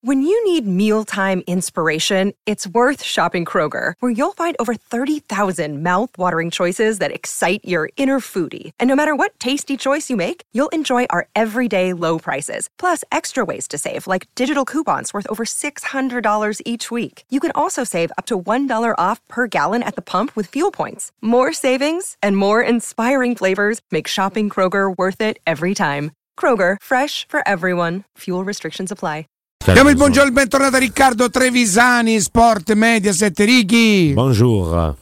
When you need mealtime inspiration, it's worth shopping Kroger, where you'll find over 30,000 mouth-watering choices that excite your inner foodie. And no matter what tasty choice you make, you'll enjoy our everyday low prices, plus extra ways to save, like digital coupons worth over $600 each week. You can also save up to $1 off per gallon at the pump with fuel points. More savings and more inspiring flavors make shopping Kroger worth it every time. Kroger, fresh for everyone. Fuel restrictions apply. Diamo il buongiorno e bentornato a Riccardo Trevisani, Sport Mediaset. Ricky. Buongiorno.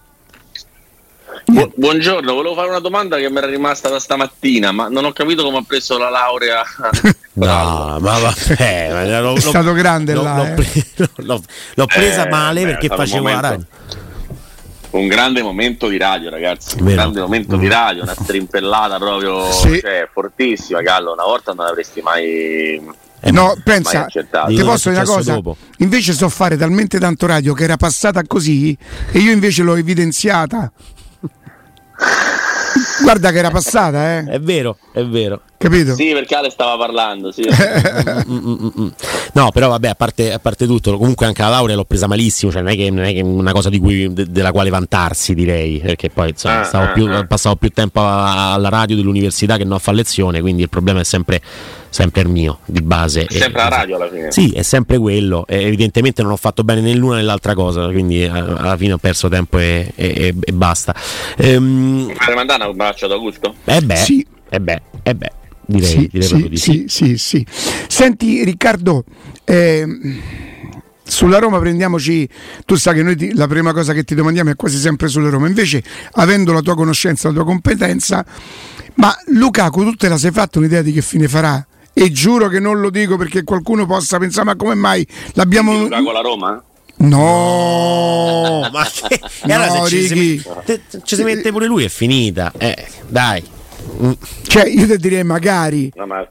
Buongiorno, volevo fare una domanda che mi era rimasta da stamattina, ma non ho capito come ha preso la laurea. No, ma vabbè, è stato grande l'ho presa male perché facevo la radio. Un grande momento di radio, ragazzi. Un grande momento di radio, una strimpellata proprio, sì. Cioè, fortissima, Gallo. Una volta non avresti mai. No, pensa, ti posso dire una cosa? Dopo. Invece so fare talmente tanto radio che era passata così e io invece l'ho evidenziata. Guarda che era passata, È vero. Capito? Sì, perché Ale stava parlando, sì. No, però vabbè, a parte tutto, comunque anche la laurea l'ho presa malissimo, cioè non è che una cosa della quale vantarsi, direi, perché poi insomma, passavo più tempo alla radio dell'università che non a fare lezione, quindi il problema è sempre il mio, di base. È sempre la radio alla fine. Sì, è sempre quello. Evidentemente non ho fatto bene né l'una né l'altra cosa, quindi alla fine ho perso tempo e basta. Fare mandare un bacio ad Augusto? Sì. Direi proprio di sì. Senti Riccardo, sulla Roma prendiamoci, tu sai che noi la prima cosa che ti domandiamo è quasi sempre sulla Roma, invece avendo la tua conoscenza, la tua competenza, ma Lukaku tu te la sei fatta un'idea di che fine farà? E giuro che non lo dico perché qualcuno possa pensare ma come mai l'abbiamo... Lukaku alla Roma? No, ma che... allora se ci si mette pure lui è finita, dai. Cioè io ti direi magari. No, ma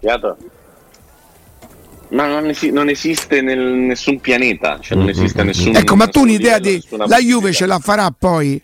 non esiste nessun pianeta, cioè non esiste nessun. Ecco, ma tu un'idea di la Juve ce la farà poi?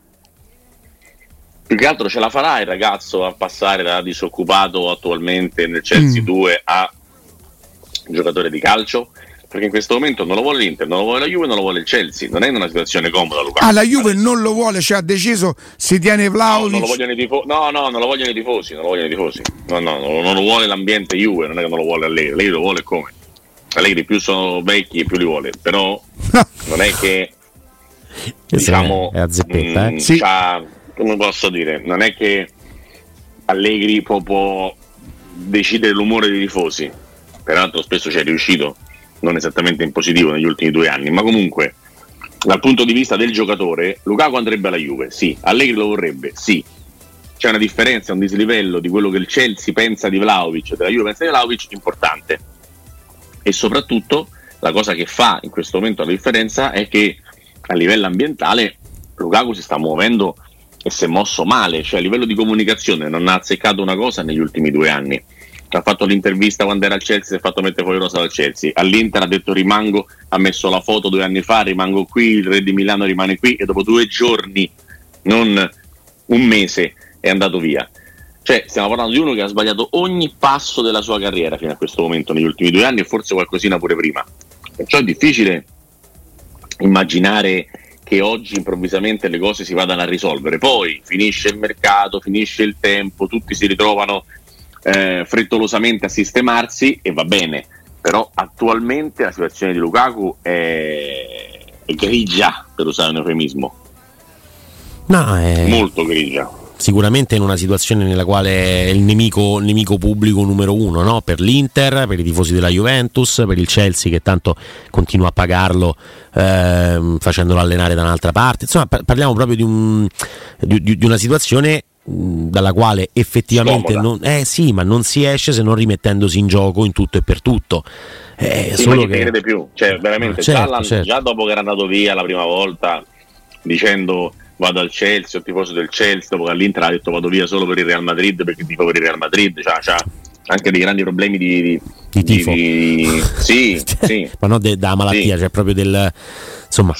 Più che altro ce la farà il ragazzo a passare da disoccupato attualmente nel Chelsea 2 a giocatore di calcio? Perché in questo momento non lo vuole l'Inter, non lo vuole la Juve, non lo vuole il Chelsea. Non è in una situazione comoda, Lukaku. La Juve non lo vuole, cioè ha deciso, si tiene Vlahovic. Non lo vogliono i tifosi. No, non lo vogliono i tifosi. No, non lo vuole l'ambiente Juve, non è che non lo vuole Allegri. Allegri lo vuole come? Allegri più sono vecchi e più li vuole. Però non è che diciamo è a zeppetta, sì. Come posso dire? Non è che Allegri può decidere l'umore dei tifosi. Peraltro spesso ci è riuscito. Non esattamente in positivo negli ultimi 2 anni, ma comunque dal punto di vista del giocatore Lukaku andrebbe alla Juve, sì. Allegri lo vorrebbe, sì. C'è una differenza, un dislivello di quello che il Chelsea pensa di Vlahovic, della Juve pensa di Vlahovic, importante. E soprattutto la cosa che fa in questo momento la differenza è che a livello ambientale Lukaku si sta muovendo e si è mosso male, cioè a livello di comunicazione non ha azzeccato una cosa negli ultimi 2 anni. Ha fatto l'intervista quando era al Chelsea, si è fatto mettere fuori rosa dal Chelsea. All'Inter ha detto rimango, ha messo la foto 2 anni fa, rimango qui, il re di Milano rimane qui, e dopo 2 giorni, non un mese, è andato via. Cioè stiamo parlando di uno che ha sbagliato ogni passo della sua carriera fino a questo momento negli ultimi 2 anni e forse qualcosina pure prima. Perciò è difficile immaginare che oggi improvvisamente le cose si vadano a risolvere. Poi finisce il mercato, finisce il tempo, tutti si ritrovano frettolosamente a sistemarsi e va bene, però attualmente la situazione di Lukaku è grigia, per usare un eufemismo. No, è molto grigia. Sicuramente in una situazione nella quale è il nemico pubblico numero 1, no? Per l'Inter, per i tifosi della Juventus, per il Chelsea che tanto continua a pagarlo facendolo allenare da un'altra parte. Insomma, parliamo proprio di una situazione dalla quale effettivamente ma non si esce se non rimettendosi in gioco in tutto e per tutto. Solo che crede più, cioè veramente certo. Già dopo che era andato via la prima volta dicendo vado al Chelsea, ho tifoso del Chelsea, dopo che all'Inter ha detto vado via solo per il Real Madrid perché tifo per il Real Madrid, c'ha anche dei grandi problemi di tifo. Sì. Ma non da malattia, cioè proprio del insomma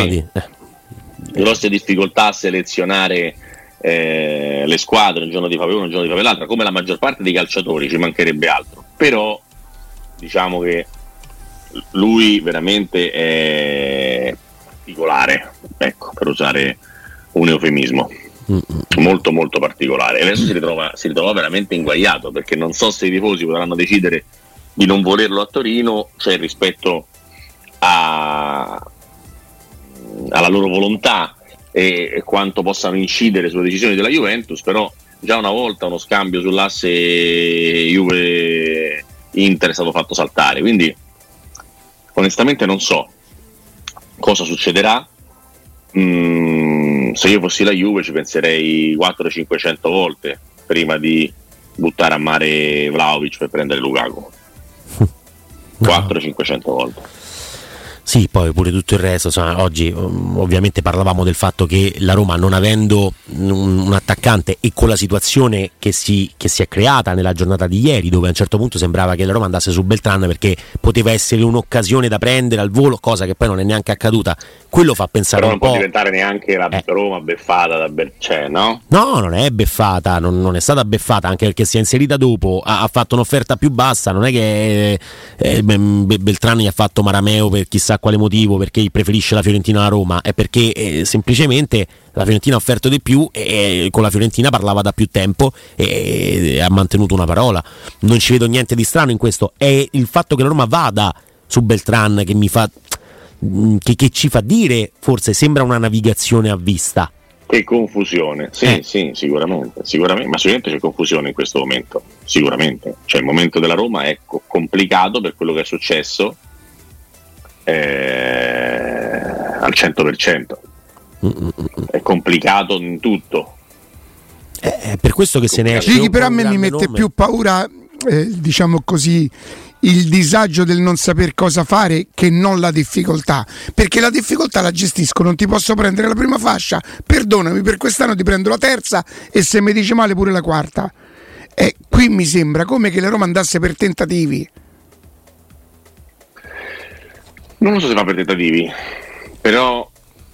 grosse difficoltà a selezionare le squadre, un giorno ti fa per uno, un giorno ti fa per l'altra, come la maggior parte dei calciatori, ci mancherebbe altro. Però diciamo che lui veramente è particolare, ecco, per usare un eufemismo, molto molto particolare, e adesso si ritrova veramente inguaiato, perché non so se i tifosi potranno decidere di non volerlo a Torino, cioè rispetto alla loro volontà e quanto possano incidere sulle decisioni della Juventus. Però già una volta uno scambio sull'asse Juve-Inter è stato fatto saltare, quindi onestamente non so cosa succederà. Se io fossi la Juve ci penserei 400-500 volte prima di buttare a mare Vlahovic per prendere Lukaku. 400-500 volte. Sì, poi pure tutto il resto, insomma, oggi ovviamente parlavamo del fatto che la Roma, non avendo un attaccante e con la situazione che si è creata nella giornata di ieri, dove a un certo punto sembrava che la Roma andasse su Beltran perché poteva essere un'occasione da prendere al volo, cosa che poi non è neanche accaduta, quello fa pensare però un po'. Però non può diventare neanche la Roma beffata da no? No, non è beffata, non è stata beffata, anche perché si è inserita dopo, ha fatto un'offerta più bassa, non è che Beltran gli ha fatto Marameo per chissà quale motivo, perché preferisce la Fiorentina alla Roma, è perché semplicemente la Fiorentina ha offerto di più e con la Fiorentina parlava da più tempo e ha mantenuto una parola. Non ci vedo niente di strano in questo, è il fatto che la Roma vada su Beltran che mi fa che ci fa dire, forse sembra una navigazione a vista. Che confusione, sì, sicuramente, ma sicuramente c'è confusione in questo momento, sicuramente, cioè il momento della Roma è complicato per quello che è successo al 100%, è complicato in tutto, è per questo che se ne esce. Sì, però a me mi mette più paura, diciamo così, il disagio del non saper cosa fare che non la difficoltà, perché la difficoltà la gestisco, non ti posso prendere la prima fascia, perdonami, per quest'anno ti prendo la terza e se mi dice male pure la quarta. Qui mi sembra come che la Roma andasse per tentativi. Non lo so se va per tentativi, però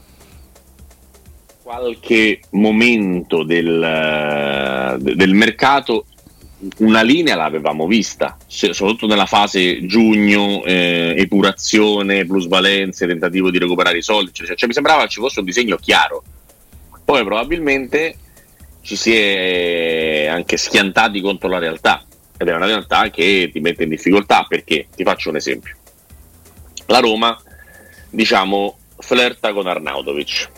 qualche momento del mercato una linea l'avevamo vista, soprattutto nella fase giugno, epurazione, plusvalenze, tentativo di recuperare i soldi, cioè mi sembrava ci fosse un disegno chiaro. Poi probabilmente ci si è anche schiantati contro la realtà, ed è una realtà che ti mette in difficoltà, perché ti faccio un esempio. La Roma, diciamo, flirta con Arnautovic.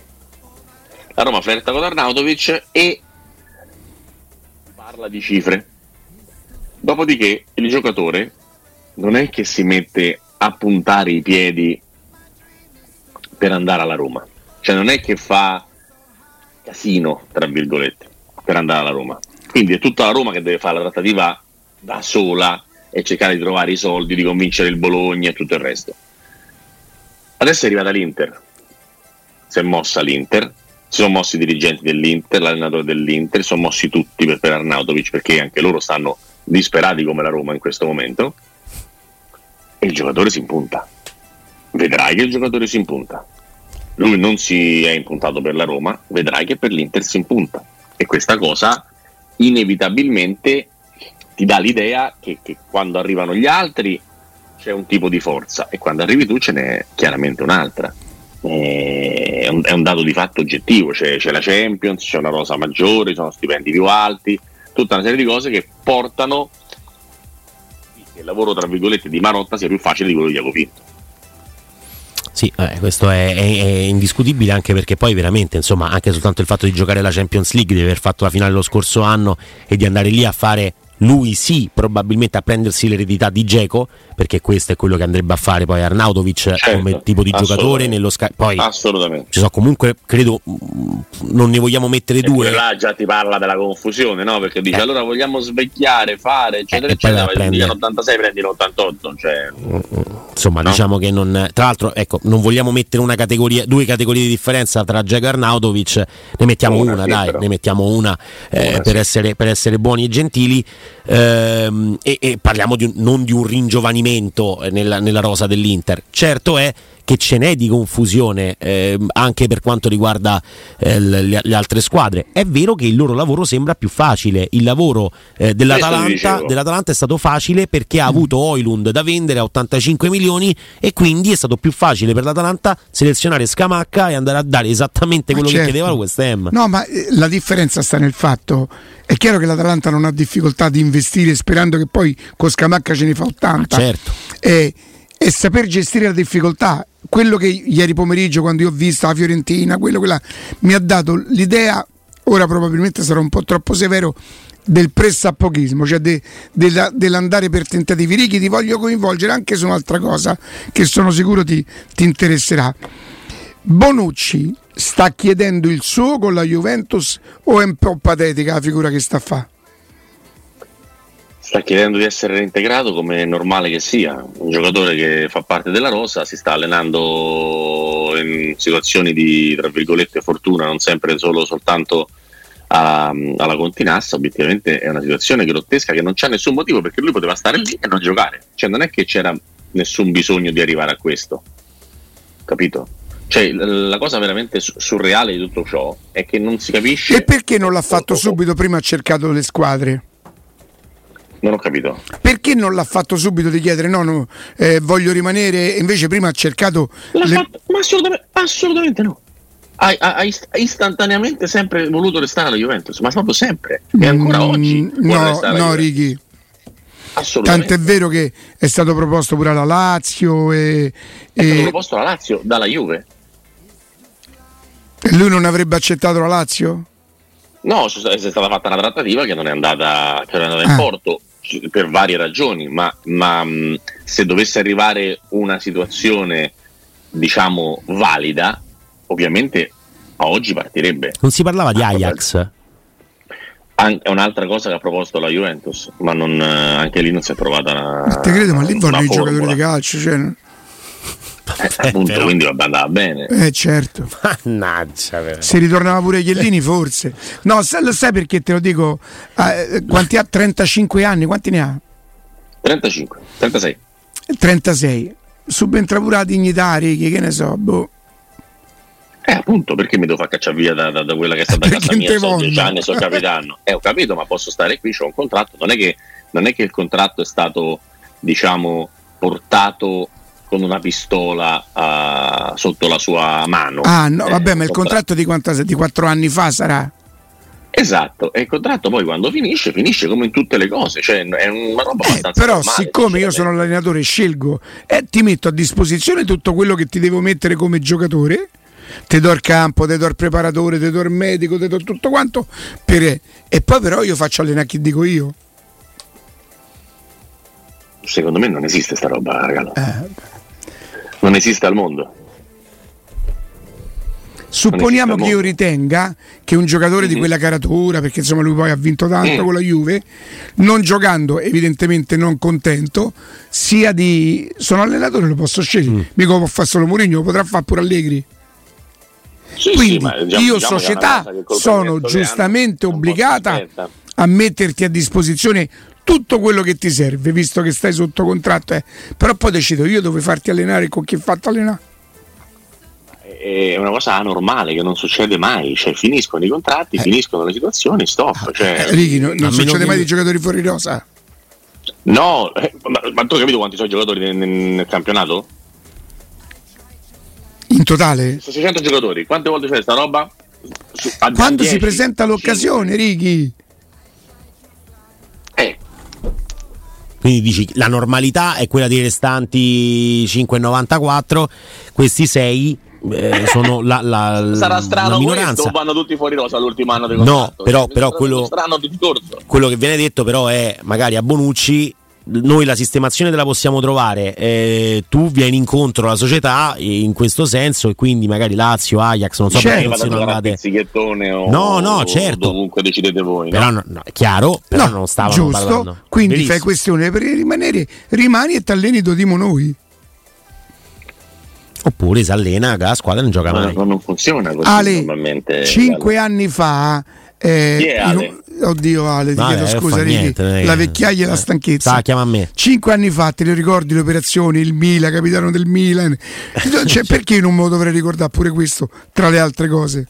E parla di cifre. Dopodiché il giocatore non è che si mette a puntare i piedi per andare alla Roma, cioè non è che fa casino, tra virgolette, per andare alla Roma. Quindi è tutta la Roma che deve fare la trattativa da sola e cercare di trovare i soldi, di convincere il Bologna e tutto il resto. Adesso è arrivata l'Inter, si è mossa l'Inter, si sono mossi i dirigenti dell'Inter, l'allenatore dell'Inter, si sono mossi tutti per Arnautovic, perché anche loro stanno disperati come la Roma in questo momento, e il giocatore si impunta. Vedrai che il giocatore si impunta. Lui non si è impuntato per la Roma, vedrai che per l'Inter si impunta, e questa cosa inevitabilmente ti dà l'idea che quando arrivano gli altri c'è un tipo di forza e quando arrivi tu ce n'è chiaramente un'altra. È un dato di fatto oggettivo, c'è la Champions, c'è una rosa maggiore, ci sono stipendi più alti, tutta una serie di cose che portano che il lavoro tra virgolette di Marotta sia più facile di quello di Diaco Pinto. Sì, questo è indiscutibile, anche perché poi veramente, insomma, anche soltanto il fatto di giocare la Champions League, di aver fatto la finale lo scorso anno e di andare lì a fare, lui sì, probabilmente a prendersi l'eredità di Dzeko, perché questo è quello che andrebbe a fare poi Arnautovic, certo, come tipo di giocatore nello poi assolutamente ci sono comunque, credo, non ne vogliamo mettere due. Là già ti parla della confusione, no? Perché dice allora vogliamo svecchiare, fare eccetera eccetera, prendi 86, prendi l'88, cioè insomma, no? Diciamo che non, tra l'altro, ecco, non vogliamo mettere una categoria, due categorie di differenza tra Dzeko e Arnautovic, ne mettiamo una, dai, però. Ne mettiamo una per essere buoni e gentili. E parliamo non di un ringiovanimento nella rosa dell'Inter. Certo è che ce n'è di confusione anche per quanto riguarda le altre squadre. È vero che il loro lavoro sembra più facile, il lavoro dell'Atalanta è stato facile perché ha avuto Højlund da vendere a 85 milioni e quindi è stato più facile per l'Atalanta selezionare Scamacca e andare a dare esattamente quello che chiedeva lo West Ham. No, ma la differenza sta nel fatto, è chiaro che l'Atalanta non ha difficoltà di investire sperando che poi con Scamacca ce ne fa 80. Certo. E saper gestire la difficoltà, quello che ieri pomeriggio quando io ho visto la Fiorentina, quella mi ha dato l'idea, ora probabilmente sarò un po' troppo severo, del pressappochismo, cioè dell'andare per tentativi. Righi, ti voglio coinvolgere anche su un'altra cosa che sono sicuro ti interesserà. Bonucci sta chiedendo il suo con la Juventus o è un po' patetica la figura che sta a fa? Sta chiedendo di essere reintegrato, come è normale che sia. Un giocatore che fa parte della rosa, si sta allenando in situazioni di, tra virgolette, fortuna, non sempre soltanto alla Continassa. Obiettivamente è una situazione grottesca che non c'è nessun motivo, perché lui poteva stare lì e non giocare. Cioè non è che c'era nessun bisogno di arrivare a questo, capito? Cioè la cosa veramente surreale di tutto ciò è che non si capisce. E perché non l'ha fatto subito? Prima ha cercato le squadre. Non ho capito. Perché non l'ha fatto subito di chiedere no, voglio rimanere, e invece prima ha cercato fatto, ma assolutamente no. Ha istantaneamente sempre voluto restare alla Juventus, ma proprio sempre, e ancora oggi no Righi, tant'è vero che è stato proposto pure alla Lazio è stato proposto alla Lazio dalla Juve, e lui non avrebbe accettato la Lazio? No, è stata fatta una trattativa che non è andata in porto per varie ragioni, ma se dovesse arrivare una situazione, diciamo, valida, ovviamente a oggi partirebbe. Non si parlava di Ajax? È un'altra cosa che ha proposto la Juventus, ma anche lì non si è trovata una. Te credo, ma lì vogliono i formula. Giocatori di calcio, cioè. Appunto, però, quindi andava bene. Certo. Mannaggia, se ritornava pure Chiellini forse. No, sai perché te lo dico? Quanti ha? 35 anni, quanti ne ha? 36. Subentra pure la dignità, Righi, che ne so, boh. Appunto, perché mi devo far cacciare via da quella che è stata casa mia, sono 10 anni, sono capitano. Ho capito, ma posso stare qui, c'ho un contratto. Non è che il contratto è stato, diciamo, portato con una pistola sotto la sua mano. No, vabbè, ma il contratto di 4 anni fa sarà? Esatto, e il contratto poi quando finisce come in tutte le cose, cioè è una roba abbastanza però normale, siccome io sono l'allenatore, scelgo e ti metto a disposizione tutto quello che ti devo mettere come giocatore, ti do il campo, ti do il preparatore, ti do il medico, ti do tutto quanto, e poi però io faccio allenare chi dico io. Secondo me non esiste sta roba, ragazzi. Non esiste al mondo. Supponiamo che io ritenga che un giocatore di quella caratura, perché insomma lui poi ha vinto tanto con la Juve, non giocando, evidentemente non contento, sono allenatore, lo posso scegliere, mica può fare solo Mourinho, lo potrà fare pure Allegri. Quindi io società sono giustamente obbligata a metterti a disposizione tutto quello che ti serve, visto che stai sotto contratto, però poi decido io dove farti allenare e con chi fatto allenare. È una cosa anormale che non succede mai, cioè finiscono i contratti, finiscono le situazioni, stop. Righi, non succede mai di giocatori fuori rosa? No, ma tu hai capito quanti sono i giocatori nel campionato? In totale? 600 giocatori, quante volte c'è sta roba? Quando si presenta l'occasione, Righi? Quindi dici la normalità è quella dei restanti 5,94, questi 6 sono sarà strano la minoranza. Questo, vanno tutti fuori rosa l'ultimo anno di contratto. No, però quello che viene detto però è magari a Bonucci noi la sistemazione te la possiamo trovare, tu vieni incontro alla società in questo senso, e quindi magari Lazio, Ajax, non so perché non siano andate no, certo, dovunque decidete voi, però no, è chiaro, però non stavano giusto, parlando. quindi Benissimo. fai questione per rimanere, rimani e t'alleni, dodimo noi. Oppure si allena, la squadra non gioca mai. Non funziona così. Ale, normalmente 5 anni fa Oddio Ale, ti chiedo scusa Ricky, la vecchiaia e la stanchezza. Chiama a me. 5 anni fa te le ricordi le operazioni, il Milan, capitano del Milan, cioè, perché non me lo dovrei ricordare pure questo tra le altre cose?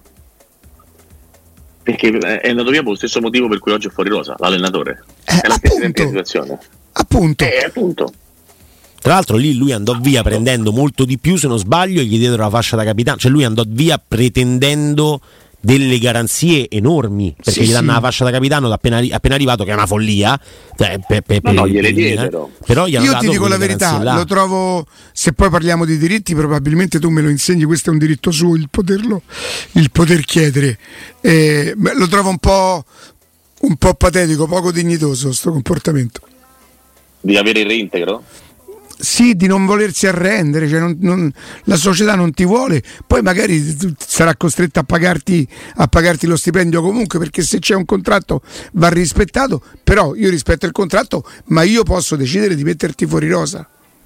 Perché è andato via per lo stesso motivo per cui oggi è fuori rosa, l'allenatore. È la stessa identica situazione. Appunto. Tra l'altro lì lui andò via prendendo molto di più, se non sbaglio, gli diedero la fascia da capitano, cioè lui andò via pretendendo delle garanzie enormi, perché gli danno la fascia da capitano appena arrivato, che è una follia, cioè, no, gliele diedero. Però io ti dico la verità, lo trovo, se poi parliamo di diritti probabilmente tu me lo insegni, questo è un diritto suo, il poter chiedere, lo trovo un po' patetico, poco dignitoso sto comportamento. Di avere il reintegro? Sì, di non volersi arrendere, cioè la società non ti vuole, poi magari sarà costretta a pagarti lo stipendio comunque, perché se c'è un contratto va rispettato, però io rispetto il contratto, ma io posso decidere di metterti fuori rosa.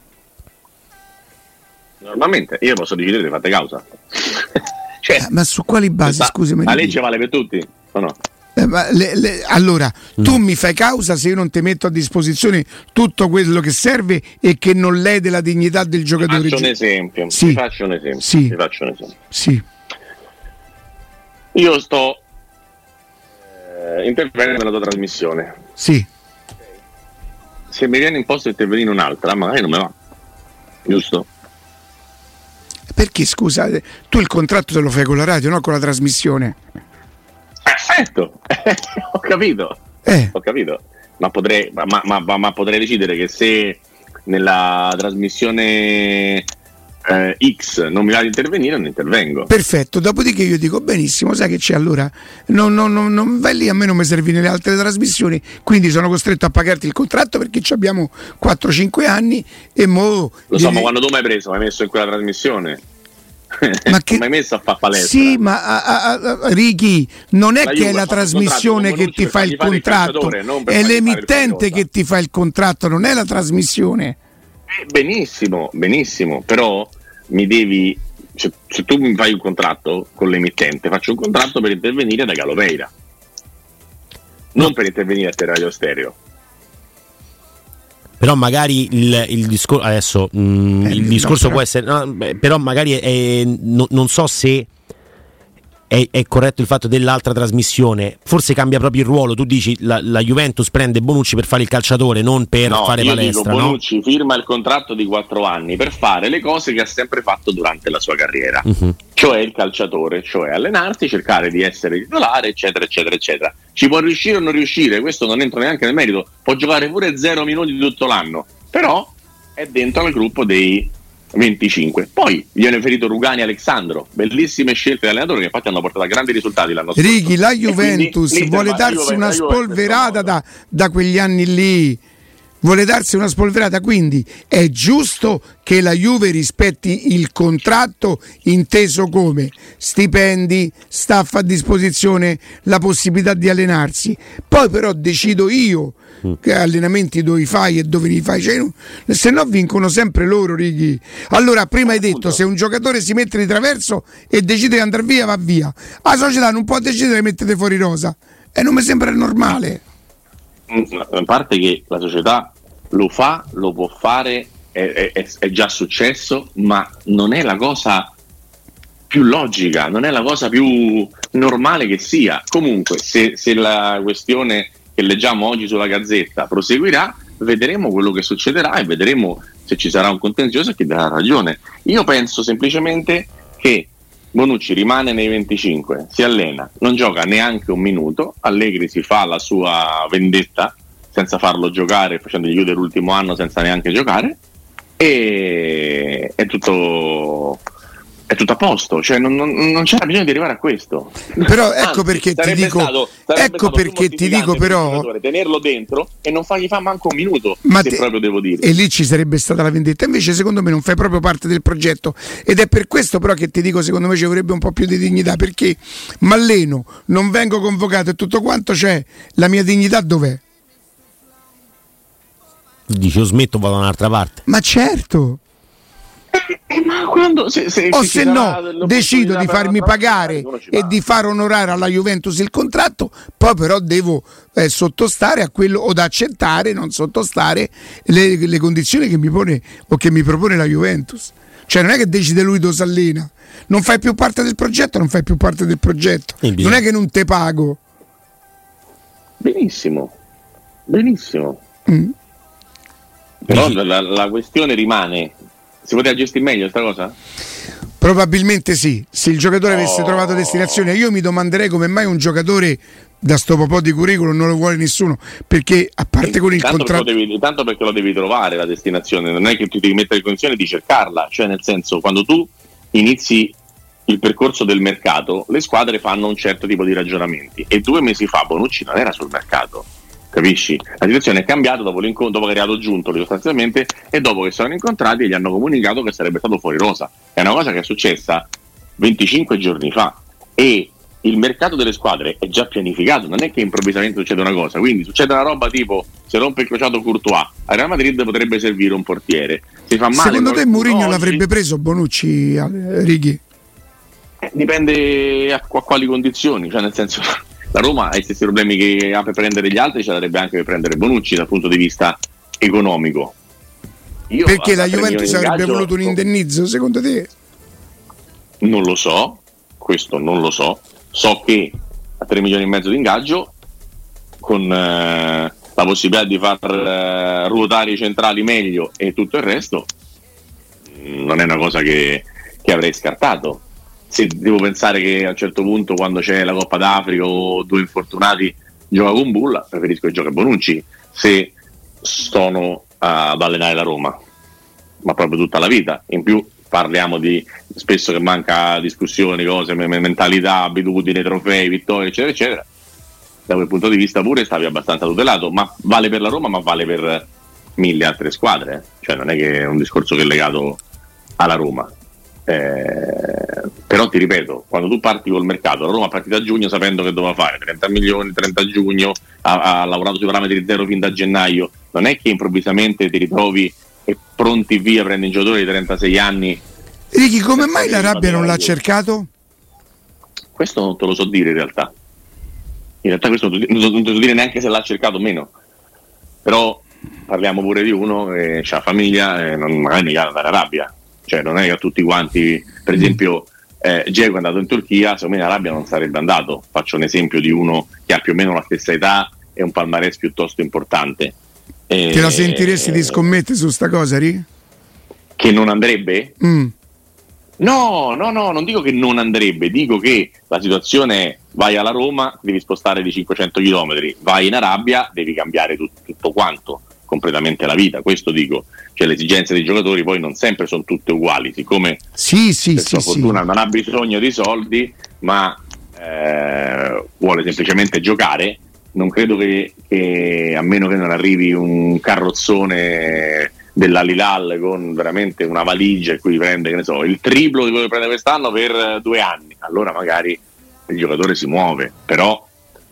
Normalmente io posso decidere di fare causa. Cioè, ma su quali basi, scusami? La legge vale per tutti o no? Allora, tu mi fai causa se io non ti metto a disposizione tutto quello che serve e che non lede la dignità del giocatore. Ti faccio un esempio. Sì. Ti faccio un esempio. Sì. Io sto intervenendo nella tua trasmissione. Sì. Se mi viene imposto intervenire un'altra, magari non me va. Giusto? Perché, scusate, tu il contratto te lo fai con la radio, no con la trasmissione? Perfetto, ho capito, ma potrei decidere che se nella trasmissione X non mi va di intervenire, non intervengo. Perfetto, dopodiché io dico benissimo, sai che c'è, allora non vai lì, a me non mi servi nelle altre trasmissioni, quindi sono costretto a pagarti il contratto perché ci abbiamo 4-5 anni e mo... Lo so, ma quando tu mi hai preso, mi hai messo in quella trasmissione? Ma che... mi hai messo a fare palestra? Sì, ma Ricky, non è che è la trasmissione che ti fa il contratto, è l'emittente che ti fa il contratto, non è la trasmissione. Benissimo, però mi devi, se tu mi fai un contratto con l'emittente, faccio un contratto per intervenire da Galopeira, non per intervenire a te Radio Stereo. Però magari il discorso adesso il discorso può essere però magari non so se è corretto il fatto dell'altra trasmissione, forse cambia proprio il ruolo. Tu dici la Juventus prende Bonucci per fare il calciatore, non per fare palestra. Dico, Bonucci firma il contratto di 4 anni per fare le cose che ha sempre fatto durante la sua carriera, cioè il calciatore, cioè allenarsi, cercare di essere titolare, eccetera eccetera eccetera. Ci può riuscire o non riuscire, questo non entra neanche nel merito, può giocare pure 0 minuti tutto l'anno, però è dentro al gruppo dei 25. Poi viene ferito Rugani Alexandro, bellissime scelte di allenatore che infatti hanno portato a grandi risultati l'anno scorso. Ricky, la Juventus vuole darsi una spolverata da quegli anni lì, vuole darsi una spolverata, quindi è giusto che la Juve rispetti il contratto inteso come stipendi, staff a disposizione, la possibilità di allenarsi, poi però decido io che allenamenti dove li fai e dove li fai, cioè, se no vincono sempre loro, Ricky. Allora prima hai detto, se un giocatore si mette di traverso e decide di andare via, va via, la società non può decidere di mettere fuori rosa e non mi sembra normale. A parte che la società lo fa, lo può fare, è già successo, ma non è la cosa più logica, non è la cosa più normale che sia. Comunque se la questione che leggiamo oggi sulla Gazzetta proseguirà, vedremo quello che succederà e vedremo se ci sarà un contenzioso e chi darà ragione. Io penso semplicemente che Bonucci rimane nei 25, si allena, non gioca neanche un minuto, Allegri si fa la sua vendetta senza farlo giocare, facendogli chiudere l'ultimo anno senza neanche giocare, e è tutto a posto, cioè non c'era bisogno di arrivare a questo. Però ecco perché ti dico però tenerlo dentro e non fargli fa manco un minuto, proprio devo dire. E lì ci sarebbe stata la vendetta. Invece secondo me non fai proprio parte del progetto, ed è per questo però che ti dico, secondo me ci vorrebbe un po' più di dignità, perché m'alleno, non vengo convocato e tutto quanto, c'è la mia dignità dov'è? Dici, io smetto, vado da un'altra parte. Ma certo. Ma quando, se no decido di farmi pagare e di far onorare alla Juventus il contratto, poi però devo sottostare a quello, o da accettare, non sottostare le condizioni che mi pone o che mi propone la Juventus. Cioè non è che decide lui dove s'allena, non fai più parte del progetto, non fai più parte del progetto, non è che non te pago. Benissimo. Però la questione rimane: si poteva gestire meglio questa cosa? Probabilmente sì, se il giocatore avesse trovato destinazione. Io mi domanderei come mai un giocatore da sto po' di curriculum non lo vuole nessuno, perché a parte con il contratto, tanto perché lo devi trovare la destinazione, non è che tu ti devi mettere in condizione di cercarla, cioè nel senso, quando tu inizi il percorso del mercato, le squadre fanno un certo tipo di ragionamenti, e 2 mesi fa Bonucci non era sul mercato. Capisci? La situazione è cambiata dopo l'incontro, dopo che è arrivato Giuntoli sostanzialmente, e dopo che sono incontrati e gli hanno comunicato che sarebbe stato fuori rosa. È una cosa che è successa 25 giorni fa, e il mercato delle squadre è già pianificato, non è che improvvisamente succede una cosa. Quindi succede una roba tipo: se rompe il crociato Courtois, a Real Madrid potrebbe servire un portiere. Si fa male. Secondo te Mourinho l'avrebbe preso Bonucci, Righi? Dipende a quali condizioni, cioè nel senso, la Roma ha gli stessi problemi che ha per prendere gli altri, ce l'avrebbe anche per prendere Bonucci dal punto di vista economico. Perché la Juventus avrebbe voluto un indennizzo, secondo te? Non lo so, questo non lo so. So che a 3 milioni e mezzo di ingaggio, con la possibilità di far ruotare i centrali meglio e tutto il resto, non è una cosa che avrei scartato. Se devo pensare che a un certo punto, quando c'è la Coppa d'Africa o 2 infortunati, gioca con Bulla, preferisco che giochi a Bonucci se sono ad allenare la Roma, ma proprio tutta la vita. In più parliamo di spesso che manca discussioni, cose, mentalità, abitudini, trofei, vittorie, eccetera eccetera. Da quel punto di vista pure stavi abbastanza tutelato, ma vale per la Roma, ma vale per 1000 altre squadre, cioè non è che è un discorso che è legato alla Roma. Però ti ripeto, quando tu parti col mercato, la Roma è partita a giugno sapendo che doveva fare 30 milioni, 30 giugno, ha lavorato sui parametri zero fin da gennaio, non è che improvvisamente ti ritrovi e pronti via, prendi un giocatore di 36 anni. Ricky, come mai la Rabbia non l'ha cercato? Questo non te lo so dire in realtà questo non te lo so dire neanche se l'ha cercato o meno, però parliamo pure di uno che ha famiglia e magari non gli ha dare Rabbia. Cioè non è che a tutti quanti, per esempio Dzeko è andato in Turchia, secondo me in Arabia non sarebbe andato. Faccio un esempio di uno che ha più o meno la stessa età e un palmarès piuttosto importante. Te la sentiresti di scommettere su sta cosa, Ri? Che non andrebbe? No, non dico che non andrebbe, dico che la situazione è: vai alla Roma, devi spostare di 500 km, vai in Arabia, devi cambiare tutto quanto, completamente la vita. Questo dico, cioè le esigenze dei giocatori poi non sempre sono tutte uguali, siccome per sua fortuna non ha bisogno di soldi, ma vuole semplicemente giocare. Non credo che a meno che non arrivi un carrozzone dell'Al-Hilal con veramente una valigia e cui prende, che ne so, il triplo di quello che prende quest'anno per 2 anni, allora magari il giocatore si muove. Però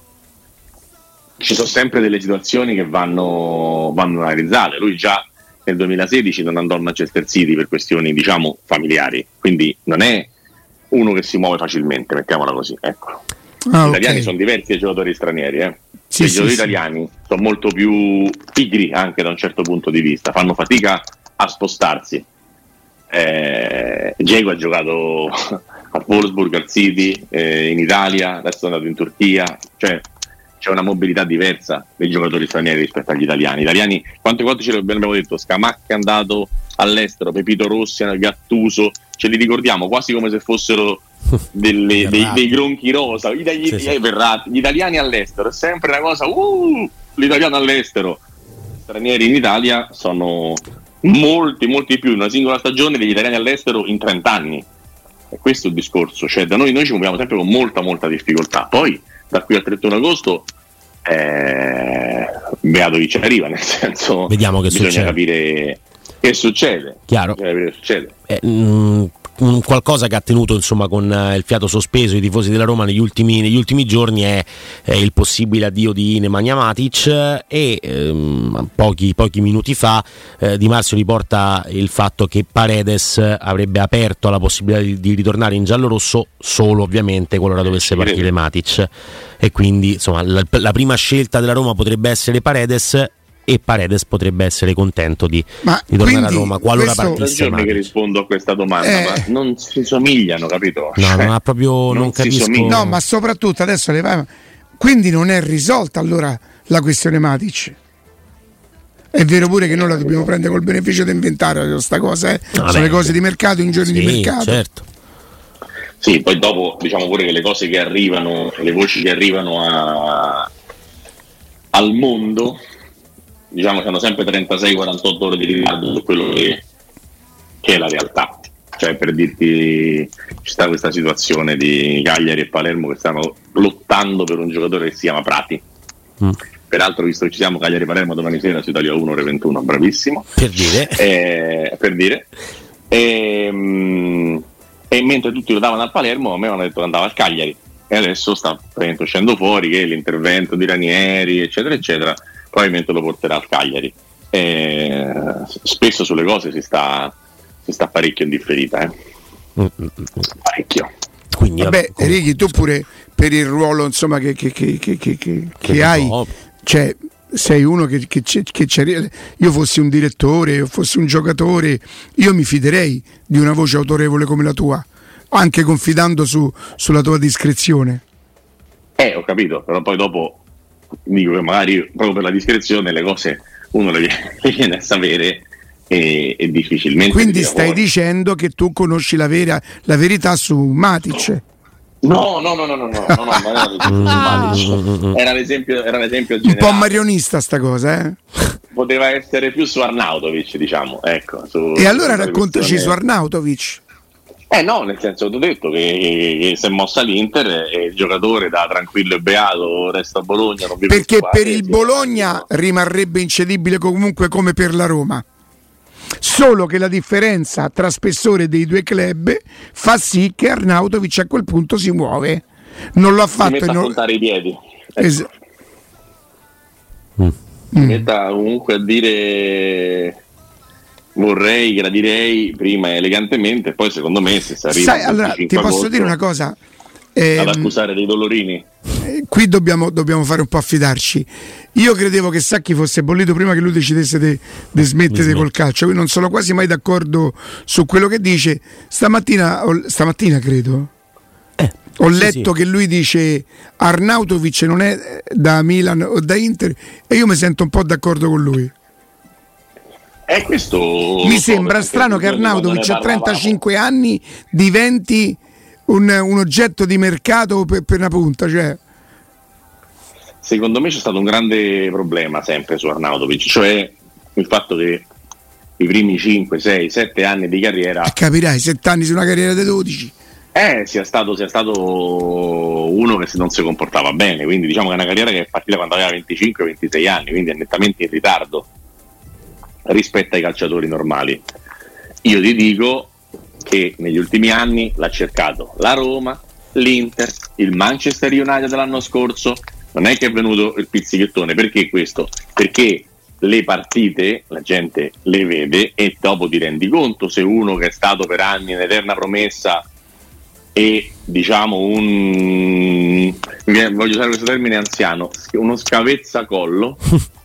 ci sono sempre delle situazioni che vanno analizzate. Lui già nel 2016 non andò al Manchester City per questioni, diciamo, familiari, quindi non è uno che si muove facilmente, mettiamola così, ecco. Gli italiani sono diversi dai giocatori stranieri, i giocatori italiani sono molto più pigri anche da un certo punto di vista, fanno fatica a spostarsi. Dzeko ha giocato a Wolfsburg, al City, in Italia, adesso è andato in Turchia, cioè c'è una mobilità diversa dei giocatori stranieri rispetto agli italiani. Italiani, quante volte ce l'abbiamo detto, Scamacca è andato all'estero, Pepito Rossi, Gattuso, ce li ricordiamo quasi come se fossero dei gronchi rosa. Gli italiani all'estero è sempre una cosa, l'italiano all'estero. Gli stranieri in Italia sono molti più in una singola stagione degli italiani all'estero in 30 anni. E questo è il discorso, cioè da noi ci muoviamo sempre con molta difficoltà. Poi da qui al 31 agosto beato chi ci arriva, nel senso, vediamo che bisogna succede. capire che succede. Chiaro. Bisogna capire che succede. un qualcosa che ha tenuto insomma con il fiato sospeso i tifosi della Roma negli ultimi giorni è il possibile addio di Nemanja Matic e pochi minuti fa Di Marzio riporta il fatto che Paredes avrebbe aperto alla possibilità di ritornare in giallorosso solo ovviamente qualora dovesse partire Matic, e quindi insomma la prima scelta della Roma potrebbe essere Paredes, e Paredes potrebbe essere contento di tornare a Roma qualora partisse Matic. Che rispondo a questa domanda, ma non si somigliano, capito? No, non ha proprio, non capisco. No, ma soprattutto adesso quindi non è risolta allora la questione Matic. È vero pure che noi la dobbiamo prendere col beneficio d'inventario questa cosa, sono le cose di mercato in giorni di mercato. Certo. Sì, poi dopo diciamo pure che le cose che arrivano, le voci che arrivano al mondo, diciamo che hanno sempre 36-48 ore di ritardo su quello che è la realtà. Cioè, per dirti, ci sta questa situazione di Cagliari e Palermo che stanno lottando per un giocatore che si chiama Prati. Peraltro, visto che ci siamo, Cagliari e Palermo domani sera su Italia 1 ore 21, bravissimo. Per dire. E mentre tutti lo davano al Palermo, a me hanno detto che andava al Cagliari, e adesso sta uscendo fuori che l'intervento di Ranieri eccetera eccetera probabilmente lo porterà al Cagliari. Spesso sulle cose si sta parecchio in differita, parecchio. Quindi Righi, tu pure per il ruolo insomma che hai, cioè sei uno che io fossi un direttore o fossi un giocatore, io mi fiderei di una voce autorevole come la tua, anche confidando sulla tua discrezione. Ho capito, però poi dopo dico che magari proprio per la discrezione le cose uno le viene a sapere e difficilmente. Quindi stai dicendo che tu conosci la verità su Matic? No, era l'esempio generale. Un po' marionista sta cosa, Poteva essere più su Arnautovic, diciamo, ecco. E allora raccontaci su Arnautovic. No, nel senso, ti ho detto che si è mossa l'Inter e il giocatore da tranquillo e beato resta a Bologna. Non perché per il Bologna rimarrebbe incedibile comunque come per la Roma. Solo che la differenza tra spessore dei due club fa sì che Arnautovic a quel punto si muove. Non lo ha fatto. Si metta a contare i piedi. Si metta comunque a dire vorrei, gradirei prima elegantemente, poi secondo me se si arriva. Sai, allora ti posso dire una cosa. Ad accusare dei dolorini. Qui dobbiamo fare un po' affidarci. Io credevo che Sacchi fosse bollito prima che lui decidesse di smettere col calcio, quindi non sono quasi mai d'accordo su quello che dice. Stamattina credo ho letto che lui dice Arnautovic non è da Milan o da Inter, e io mi sento un po' d'accordo con lui. Questo mi sembra strano che Arnautovic a 35 anni diventi un oggetto di mercato per una punta, cioè. Secondo me c'è stato un grande problema sempre su Arnautovic, cioè il fatto che i primi 5, 6, 7 anni di carriera, capirai, 7 anni su una carriera di 12, sia stato uno che non si comportava bene, quindi diciamo che è una carriera che è partita quando aveva 25-26 anni, quindi è nettamente in ritardo rispetto ai calciatori normali. Io ti dico che negli ultimi anni l'ha cercato la Roma, l'Inter, il Manchester United l'anno scorso. Non è che è venuto il pizzichettone. Perché questo? Perché le partite la gente le vede e dopo ti rendi conto se uno che è stato per anni in eterna promessa e diciamo voglio usare questo termine anziano, uno scavezzacollo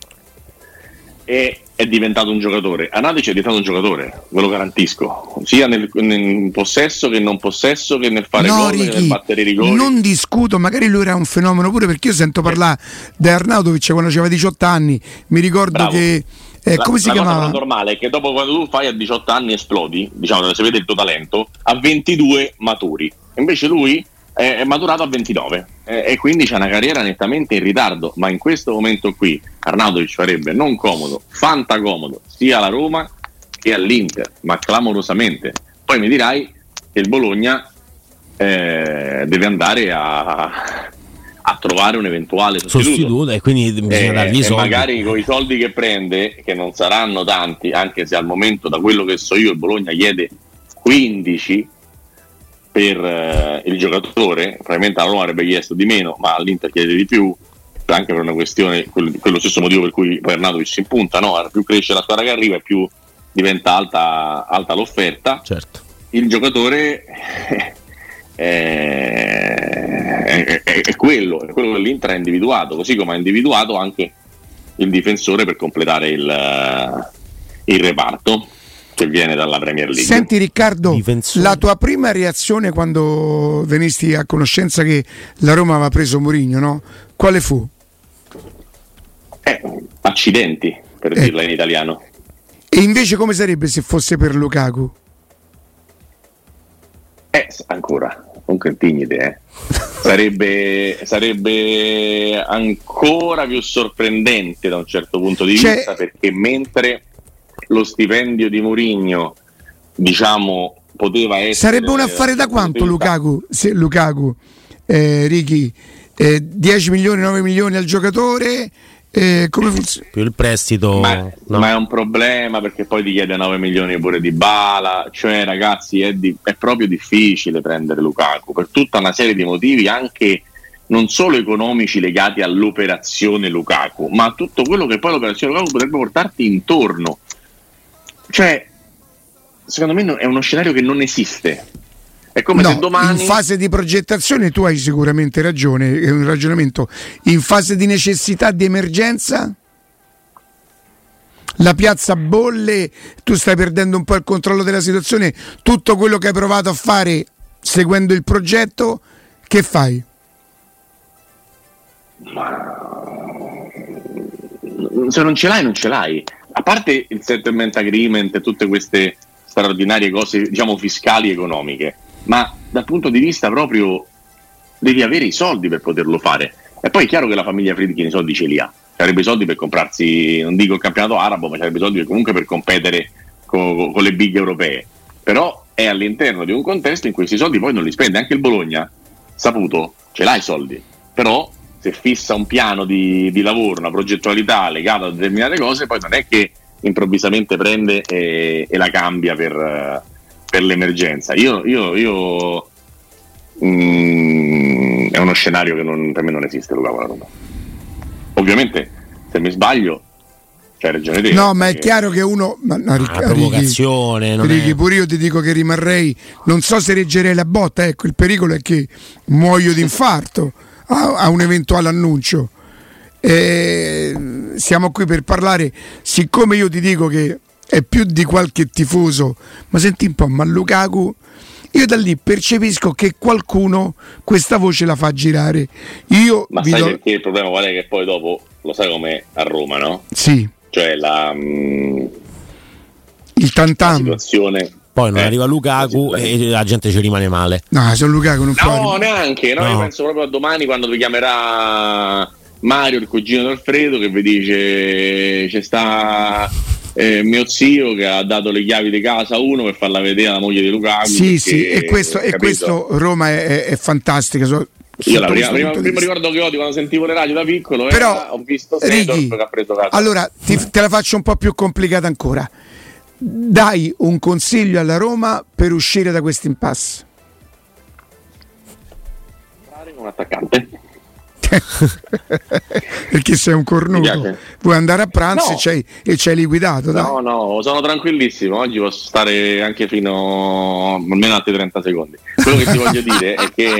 e è diventato un giocatore. Arnautovic è diventato un giocatore, ve lo garantisco, sia nel possesso che non possesso, che nel fare gol, che nel battere i rigori. Non discuto, magari lui era un fenomeno pure, perché io sento parlare di Arnautovic quando aveva 18 anni, mi ricordo. Bravo. Che come si chiamava? La cosa normale è che dopo, quando tu fai a 18 anni esplodi, diciamo, se vede il tuo talento, a 22 maturi, invece lui è maturato a 29 e quindi c'è una carriera nettamente in ritardo, ma in questo momento qui Arnautovic farebbe non comodo, fantacomodo sia alla Roma che all'Inter, ma clamorosamente. Poi mi dirai che il Bologna deve andare a trovare un eventuale sostituto e quindi bisogna dargli i soldi. Magari con i soldi che prende, che non saranno tanti, anche se al momento, da quello che so io, il Bologna chiede 15 per il giocatore, probabilmente la Roma avrebbe chiesto di meno, ma all'Inter chiede di più, anche per una questione, quello stesso motivo per cui poi Arnautovic si impunta, no? Più cresce la squadra che arriva e più diventa alta l'offerta. Certo. Il giocatore è quello che l'Inter ha individuato, così come ha individuato anche il difensore per completare il reparto che viene dalla Premier League. Senti Riccardo, Difensore. la tua prima reazione quando venisti a conoscenza che la Roma aveva preso Mourinho, no? Quale fu? Accidenti, per dirla in italiano. E invece come sarebbe se fosse per Lukaku? Ancora, comunque tignite, sarebbe ancora più sorprendente da un certo punto di vista, perché mentre lo stipendio di Mourinho, diciamo, poteva essere... Sarebbe un affare da quanto Lukaku? Se Lukaku, Ricky, 10 milioni, 9 milioni al giocatore... come funziona? Più il prestito, ma è un problema, perché poi ti chiede 9 milioni pure di Dybala, cioè ragazzi è proprio difficile prendere Lukaku per tutta una serie di motivi, anche non solo economici legati all'operazione Lukaku, ma tutto quello che poi l'operazione Lukaku potrebbe portarti intorno. Cioè, secondo me è uno scenario che non esiste. È come se domani... In fase di progettazione tu hai sicuramente ragione, è un ragionamento. In fase di necessità, di emergenza, la piazza bolle, tu stai perdendo un po' il controllo della situazione, tutto quello che hai provato a fare seguendo il progetto, che fai? Ma se non ce l'hai, non ce l'hai. A parte il settlement agreement e tutte queste straordinarie cose, diciamo, fiscali e economiche, ma dal punto di vista proprio devi avere i soldi per poterlo fare. E poi è chiaro che la famiglia Friedkin i soldi ce li ha, sarebbe i soldi per comprarsi, non dico il campionato arabo, ma sarebbe i soldi comunque per competere con le big europee. Però è all'interno di un contesto in cui questi soldi poi non li spende. Anche il Bologna, saputo, ce l'ha i soldi, però se fissa un piano di lavoro, una progettualità legata a determinate cose, poi non è che improvvisamente prende e la cambia per l'emergenza. È uno scenario che per me non esiste, Lukaku alla Roma. Ovviamente se mi sbaglio c'hai ragione te. No, ma è chiaro che uno provocazione, Ricky, pure io ti dico che rimarrei, non so se reggerei la botta, ecco, il pericolo è che muoio di infarto a un eventuale annuncio. Siamo qui per parlare, siccome io ti dico che è più di qualche tifoso, ma senti un po', ma Lukaku, io da lì percepisco che qualcuno questa voce la fa girare. Ma sai perché il problema qual è? Che poi dopo lo sai come a Roma, no? Sì. Cioè il tantam, la situazione. Poi non arriva Lukaku e la gente ci rimane male. No, se Lukaku non può. No, neanche. No, io penso proprio a domani, quando ti chiamerà Mario, il cugino di Alfredo, che vi dice c'è sta mio zio che ha dato le chiavi di casa a uno per farla vedere alla moglie di Lukaku. Sì, e questo Roma è fantastica. Io prima ricordo che odio quando sentivo le radio da piccolo, però ho visto Seedorf che ha preso casa. Allora te la faccio un po' più complicata ancora. Dai un consiglio alla Roma per uscire da questo impasse. Un attaccante. Perché sei un cornuto, vuoi andare a pranzo e c'hai liquidato, dai. No, sono tranquillissimo, oggi posso stare anche fino almeno altri 30 secondi. Quello che ti voglio dire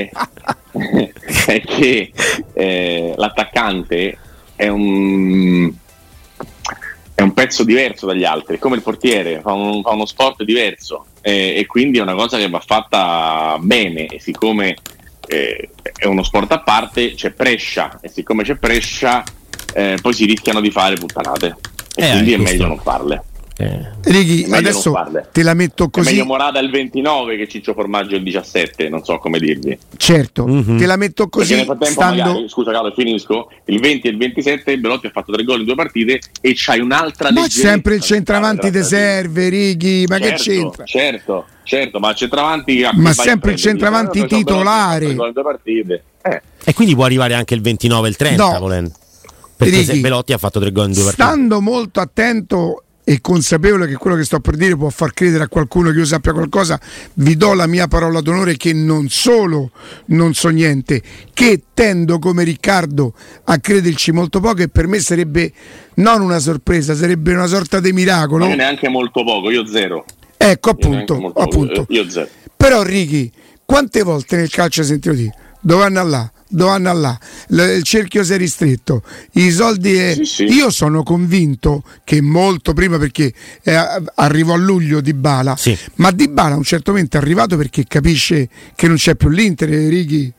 è che l'attaccante è un pezzo diverso dagli altri, come il portiere, fa uno sport diverso, e quindi è una cosa che va fatta bene, e siccome è uno sport a parte, c'è Brescia, e siccome c'è Brescia poi si rischiano di fare puttanate, e quindi è meglio non farle. Ricky, adesso te la metto così. È meglio Morata il 29 che Ciccio Formaggio il 17, non so come dirvi. Certo, te la metto così. Perché nel frattempo magari, scusa Carlo, finisco, il 20 e il 27 Belotti ha fatto 3 gol in 2 partite e c'hai un'altra leggerezza. Ma sempre il centravanti ti serve, Ricky, ma che c'entra? Certo, ma il centravanti ma sempre il centravanti titolare. E quindi può arrivare anche il 29 e il 30 volendo. Perché Ricky, Belotti ha fatto 3 gol in 2 partite. Stando molto attento e consapevole che quello che sto per dire può far credere a qualcuno che io sappia qualcosa, vi do la mia parola d'onore che non solo non so niente, che tendo come Riccardo a crederci molto poco, e per me sarebbe non una sorpresa, sarebbe una sorta di miracolo. Ma neanche molto poco, io zero. Ecco, appunto. Io zero. Però Ricky, quante volte nel calcio hai sentito dire dove vanno là, il cerchio si è ristretto, i soldi Sì. Io sono convinto che molto prima, perché arrivò a luglio Dybala, sì. Ma Dybala a un certo momento è arrivato perché capisce che non c'è più l'Inter, Ricky.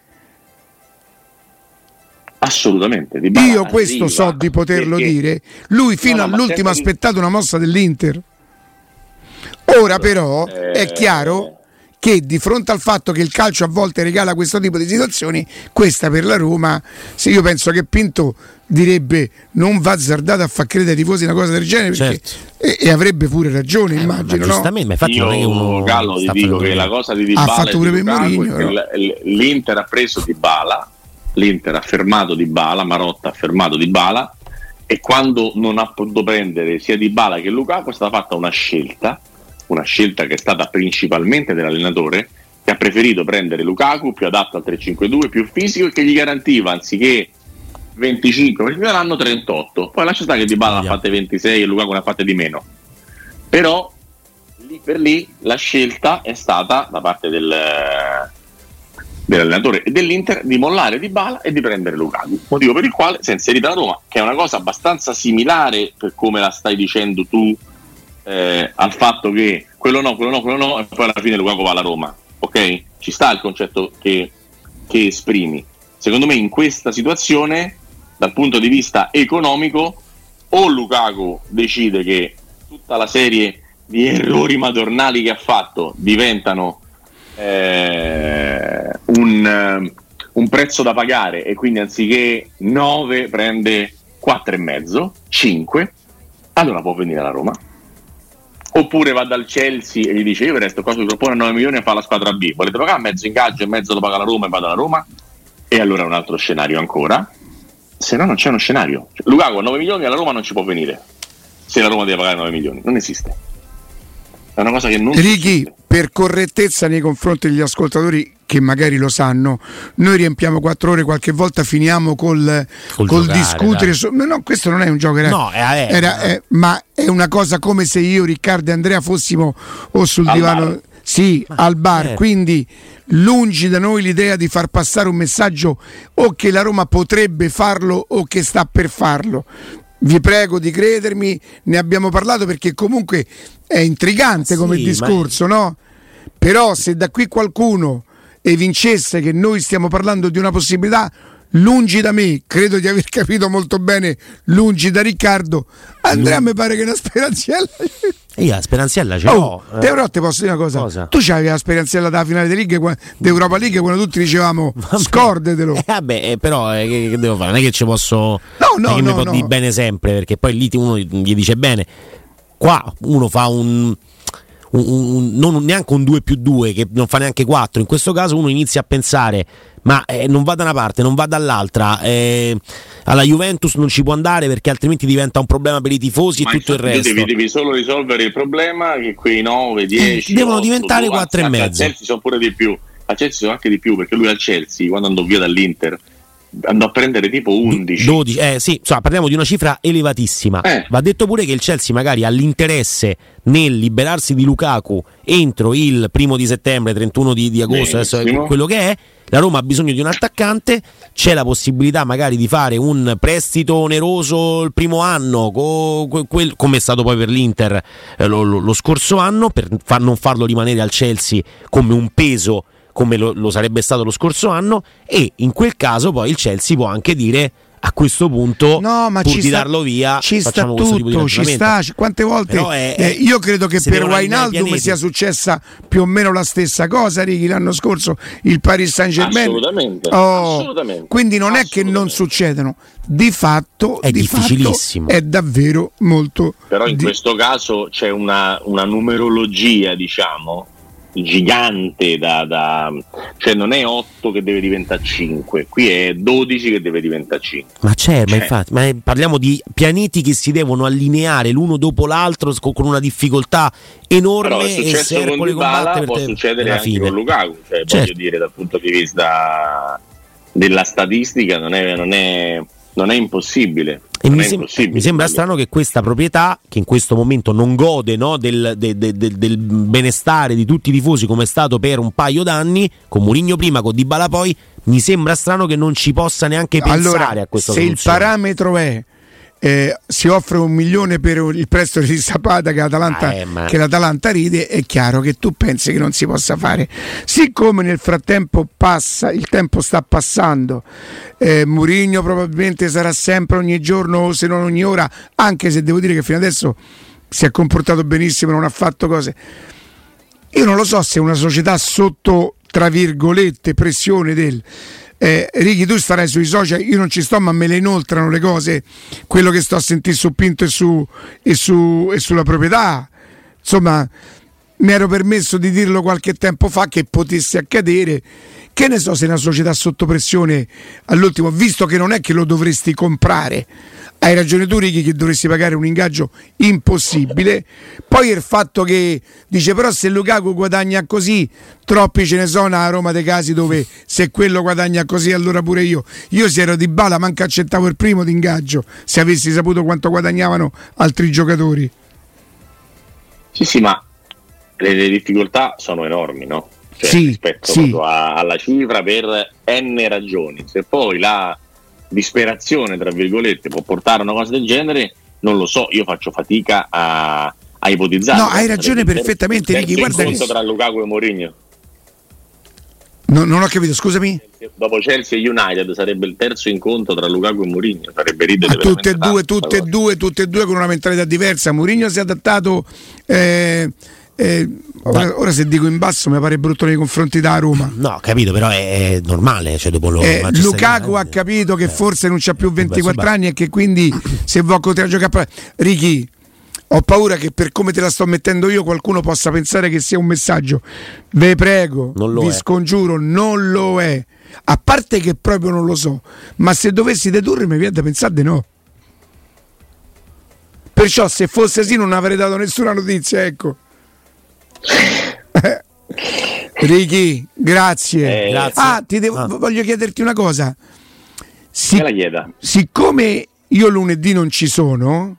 Assolutamente. Io questo so di poterlo dire. Lui fino all'ultimo ha aspettato una mossa dell'Inter. Ora però è chiaro che di fronte al fatto che il calcio a volte regala questo tipo di situazioni, questa per la Roma, se io penso che Pinto direbbe non va azzardato a far credere ai tifosi una cosa del genere, perché, certo. e avrebbe pure ragione, immagino, no? Ma infatti io, non è che uno Gallo, ti dico che la cosa di Dybala ha fatto pure per Mourinho, l'Inter ha preso Dybala, l'Inter ha fermato Dybala, Marotta ha fermato Dybala, e quando non ha potuto prendere sia Dybala che Lukaku è stata fatta una scelta che è stata principalmente dell'allenatore, che ha preferito prendere Lukaku, più adatto al 3-5-2, più fisico, e che gli garantiva anziché 25 perché saranno 38. Poi lascia stare che Dybala ne ha fatte 26 e Lukaku ne ha fatte di meno, però lì per lì la scelta è stata da parte dell'allenatore e dell'Inter di mollare Dybala e di prendere Lukaku, motivo per il quale si è inserita la Roma, che è una cosa abbastanza similare, per come la stai dicendo tu, al fatto che quello no, e poi alla fine Lukaku va alla Roma. Ok? Ci sta il concetto che esprimi. Secondo me in questa situazione, dal punto di vista economico, o Lukaku decide che tutta la serie di errori madornali che ha fatto diventano un prezzo da pagare, e quindi anziché 9 prende 4,5, 5, allora può venire alla Roma. Oppure va dal Chelsea e gli dice: io resto qua, mi propone 9 milioni e fa la squadra B, volete pagare mezzo ingaggio e mezzo lo paga la Roma e vado alla Roma? E allora è un altro scenario ancora. Se no non c'è uno scenario. Lukaku a 9 milioni alla Roma non ci può venire, se la Roma deve pagare 9 milioni, non esiste. È una cosa che non Ricky, per correttezza nei confronti degli ascoltatori che magari lo sanno, noi riempiamo 4 ore, qualche volta finiamo col giocare, discutere no, questo non è un gioco, ma è una cosa come se io, Riccardo e Andrea fossimo o sul divano bar. Sì, al bar, quindi lungi da noi l'idea di far passare un messaggio o che la Roma potrebbe farlo o che sta per farlo. Vi prego di credermi, ne abbiamo parlato perché comunque è intrigante come discorso, no? Però se da qui qualcuno evincesse che noi stiamo parlando di una possibilità, lungi da me, credo di aver capito molto bene, lungi da Riccardo, Andrea mi pare che una speranziella. Io la speranziella ce l'ho. Però ti posso dire una cosa. Tu c'avevi la speranziella della finale d'Europa League quando tutti dicevamo scordetelo. Però che devo fare? Non è che ci posso mi può dire bene sempre, perché poi lì uno gli dice bene. Qua uno fa non neanche un 2+2, che non fa neanche 4. In questo caso uno inizia a pensare: ma non va da una parte, non va dall'altra, alla Juventus non ci può andare perché altrimenti diventa un problema per i tifosi, ma e tutto il resto. Devi solo risolvere il problema che quei 9, 10 devono 8, diventare 4,5. A Chelsea sono pure di più. A Chelsea sono anche di più, perché lui al Chelsea, quando andò via dall'Inter, andò a prendere tipo 11 12, parliamo di una cifra elevatissima. Va detto pure che il Chelsea magari ha l'interesse nel liberarsi di Lukaku entro il 1 di settembre, 31 di agosto, adesso è quello che è. La Roma ha bisogno di un attaccante, c'è la possibilità magari di fare un prestito oneroso il primo anno, come è stato poi per l'Inter lo scorso anno, per non farlo rimanere al Chelsea come un peso, come lo sarebbe stato lo scorso anno, e in quel caso poi il Chelsea può anche dire: a questo punto, pur di darlo via, ci sta tutto, ci sta. Quante volte io credo che per Wijnaldum sia successa più o meno la stessa cosa, Ricky, l'anno scorso il Paris Saint-Germain. Assolutamente. Quindi non è che non succedono, di fatto è difficilissimo, è davvero molto. Però in questo caso c'è una numerologia, diciamo, gigante cioè non è 8 che deve diventare 5, qui è 12 che deve diventare 5. Ma ma infatti, parliamo di pianeti che si devono allineare l'uno dopo l'altro con una difficoltà enorme. Però è successo con Dybala, può succedere anche con Lukaku, cioè, voglio dire, dal punto di vista della statistica non è impossibile. E mi sembra strano che questa proprietà, che in questo momento non gode, no, del benestare di tutti i tifosi come è stato per un paio d'anni, con Mourinho prima, con Dybala poi, mi sembra strano che non ci possa neanche pensare a questa soluzione. Se il parametro è si offre 1 milione per il prestito di Zapata che l'Atalanta ride, è chiaro che tu pensi che non si possa fare. Siccome nel frattempo il tempo sta passando, Mourinho probabilmente sarà sempre ogni giorno, se non ogni ora, anche se devo dire che fino adesso si è comportato benissimo, non ha fatto cose. Io non lo so se una società sotto, tra virgolette, pressione Ricky, tu starai sui social, io non ci sto, ma me le inoltrano le cose, quello che sto a sentire su Pinto e sulla proprietà. Insomma, mi ero permesso di dirlo qualche tempo fa che potesse accadere. Che ne so se una società sotto pressione all'ultimo, visto che non è che lo dovresti comprare, hai ragione tu Ricky che dovresti pagare un ingaggio impossibile. Poi il fatto che dice però se Lukaku guadagna così, troppi ce ne sono a Roma dei casi dove se quello guadagna così allora pure io se ero Dybala manca accettavo il primo di ingaggio se avessi saputo quanto guadagnavano altri giocatori. Sì, ma le difficoltà sono enormi, no? Cioè, sì, rispetto alla cifra per N ragioni. Se poi la disperazione, tra virgolette, può portare a una cosa del genere, non lo so, io faccio fatica a ipotizzare. No, hai ragione perfettamente, Ricky. Guarda che tra Lukaku e Mourinho. No, non ho capito, scusami. Dopo Chelsea e United sarebbe il terzo incontro tra Lukaku e Mourinho, farebbe ridere. Tutte e due con una mentalità diversa. Mourinho si è adattato. Ora se dico in basso mi pare brutto nei confronti da Roma. No, capito, però è normale, cioè dopo Lukaku ha capito che forse non c'ha più 24 anni e che quindi se vuole continuare a giocare Ricky, ho paura che per come te la sto mettendo io qualcuno possa pensare che sia un messaggio. Ve prego, vi scongiuro, non lo è. A parte che proprio non lo so, ma se dovessi dedurre mi viene da pensare di no. Perciò se fosse sì non avrei dato nessuna notizia, ecco. Ricky, grazie. Voglio chiederti una cosa. Me la chieda. Siccome io lunedì non ci sono,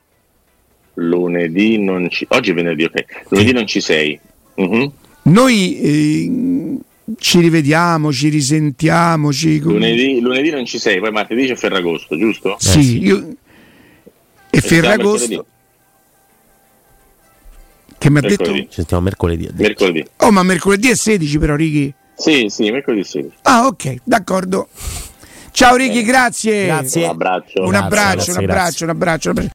oggi è venerdì, ok. Lunedì non ci sei. Uh-huh. Noi ci rivediamo, ci risentiamo. Lunedì non ci sei, poi martedì c'è Ferragosto, giusto? Sì, io e Ferragosto. Che mi ha detto? Ci sentiamo mercoledì. Oh, ma mercoledì è 16 però, Ricky? Sì, mercoledì 16. Ah, ok, d'accordo. Ciao Ricky, grazie. Grazie. Un abbraccio. Un abbraccio.